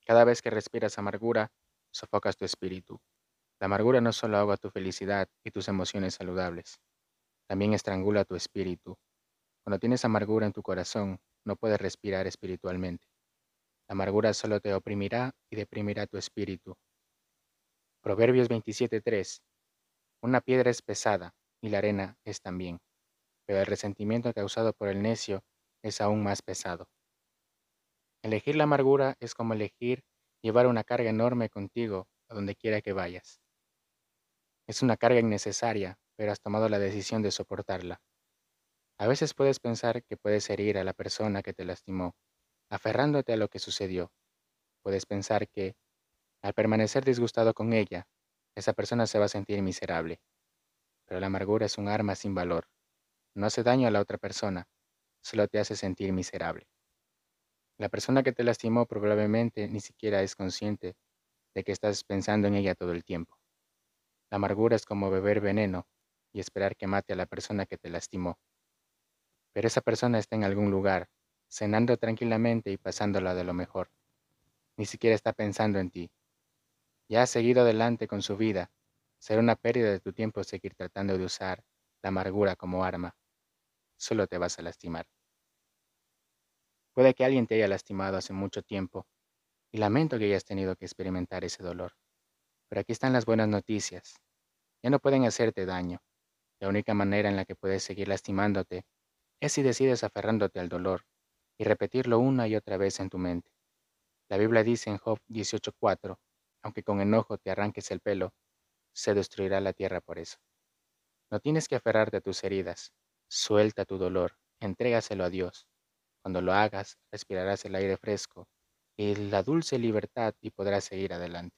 Cada vez que respiras amargura, sofocas tu espíritu. La amargura no solo ahoga tu felicidad y tus emociones saludables, también estrangula tu espíritu. Cuando tienes amargura en tu corazón, no puedes respirar espiritualmente. La amargura solo te oprimirá y deprimirá tu espíritu. Proverbios 27:3. Una piedra es pesada y la arena es también, pero el resentimiento causado por el necio es aún más pesado. Elegir la amargura es como elegir llevar una carga enorme contigo a donde quiera que vayas. Es una carga innecesaria, pero has tomado la decisión de soportarla. A veces puedes pensar que puedes herir a la persona que te lastimó, aferrándote a lo que sucedió. Puedes pensar que, al permanecer disgustado con ella, esa persona se va a sentir miserable. Pero la amargura es un arma sin valor. No hace daño a la otra persona, solo te hace sentir miserable. La persona que te lastimó probablemente ni siquiera es consciente de que estás pensando en ella todo el tiempo. La amargura es como beber veneno y esperar que mate a la persona que te lastimó. Pero esa persona está en algún lugar, cenando tranquilamente y pasándola de lo mejor. Ni siquiera está pensando en ti. Ya has seguido adelante con su vida. Será una pérdida de tu tiempo seguir tratando de usar la amargura como arma. Solo te vas a lastimar. Puede que alguien te haya lastimado hace mucho tiempo y lamento que hayas tenido que experimentar ese dolor. Pero aquí están las buenas noticias. Ya no pueden hacerte daño. La única manera en la que puedes seguir lastimándote es si decides aferrándote al dolor y repetirlo una y otra vez en tu mente. La Biblia dice en Job 18:4, aunque con enojo te arranques el pelo, se destruirá la tierra por eso. No tienes que aferrarte a tus heridas. Suelta tu dolor, entrégaselo a Dios. Cuando lo hagas, respirarás el aire fresco y la dulce libertad y podrás seguir adelante.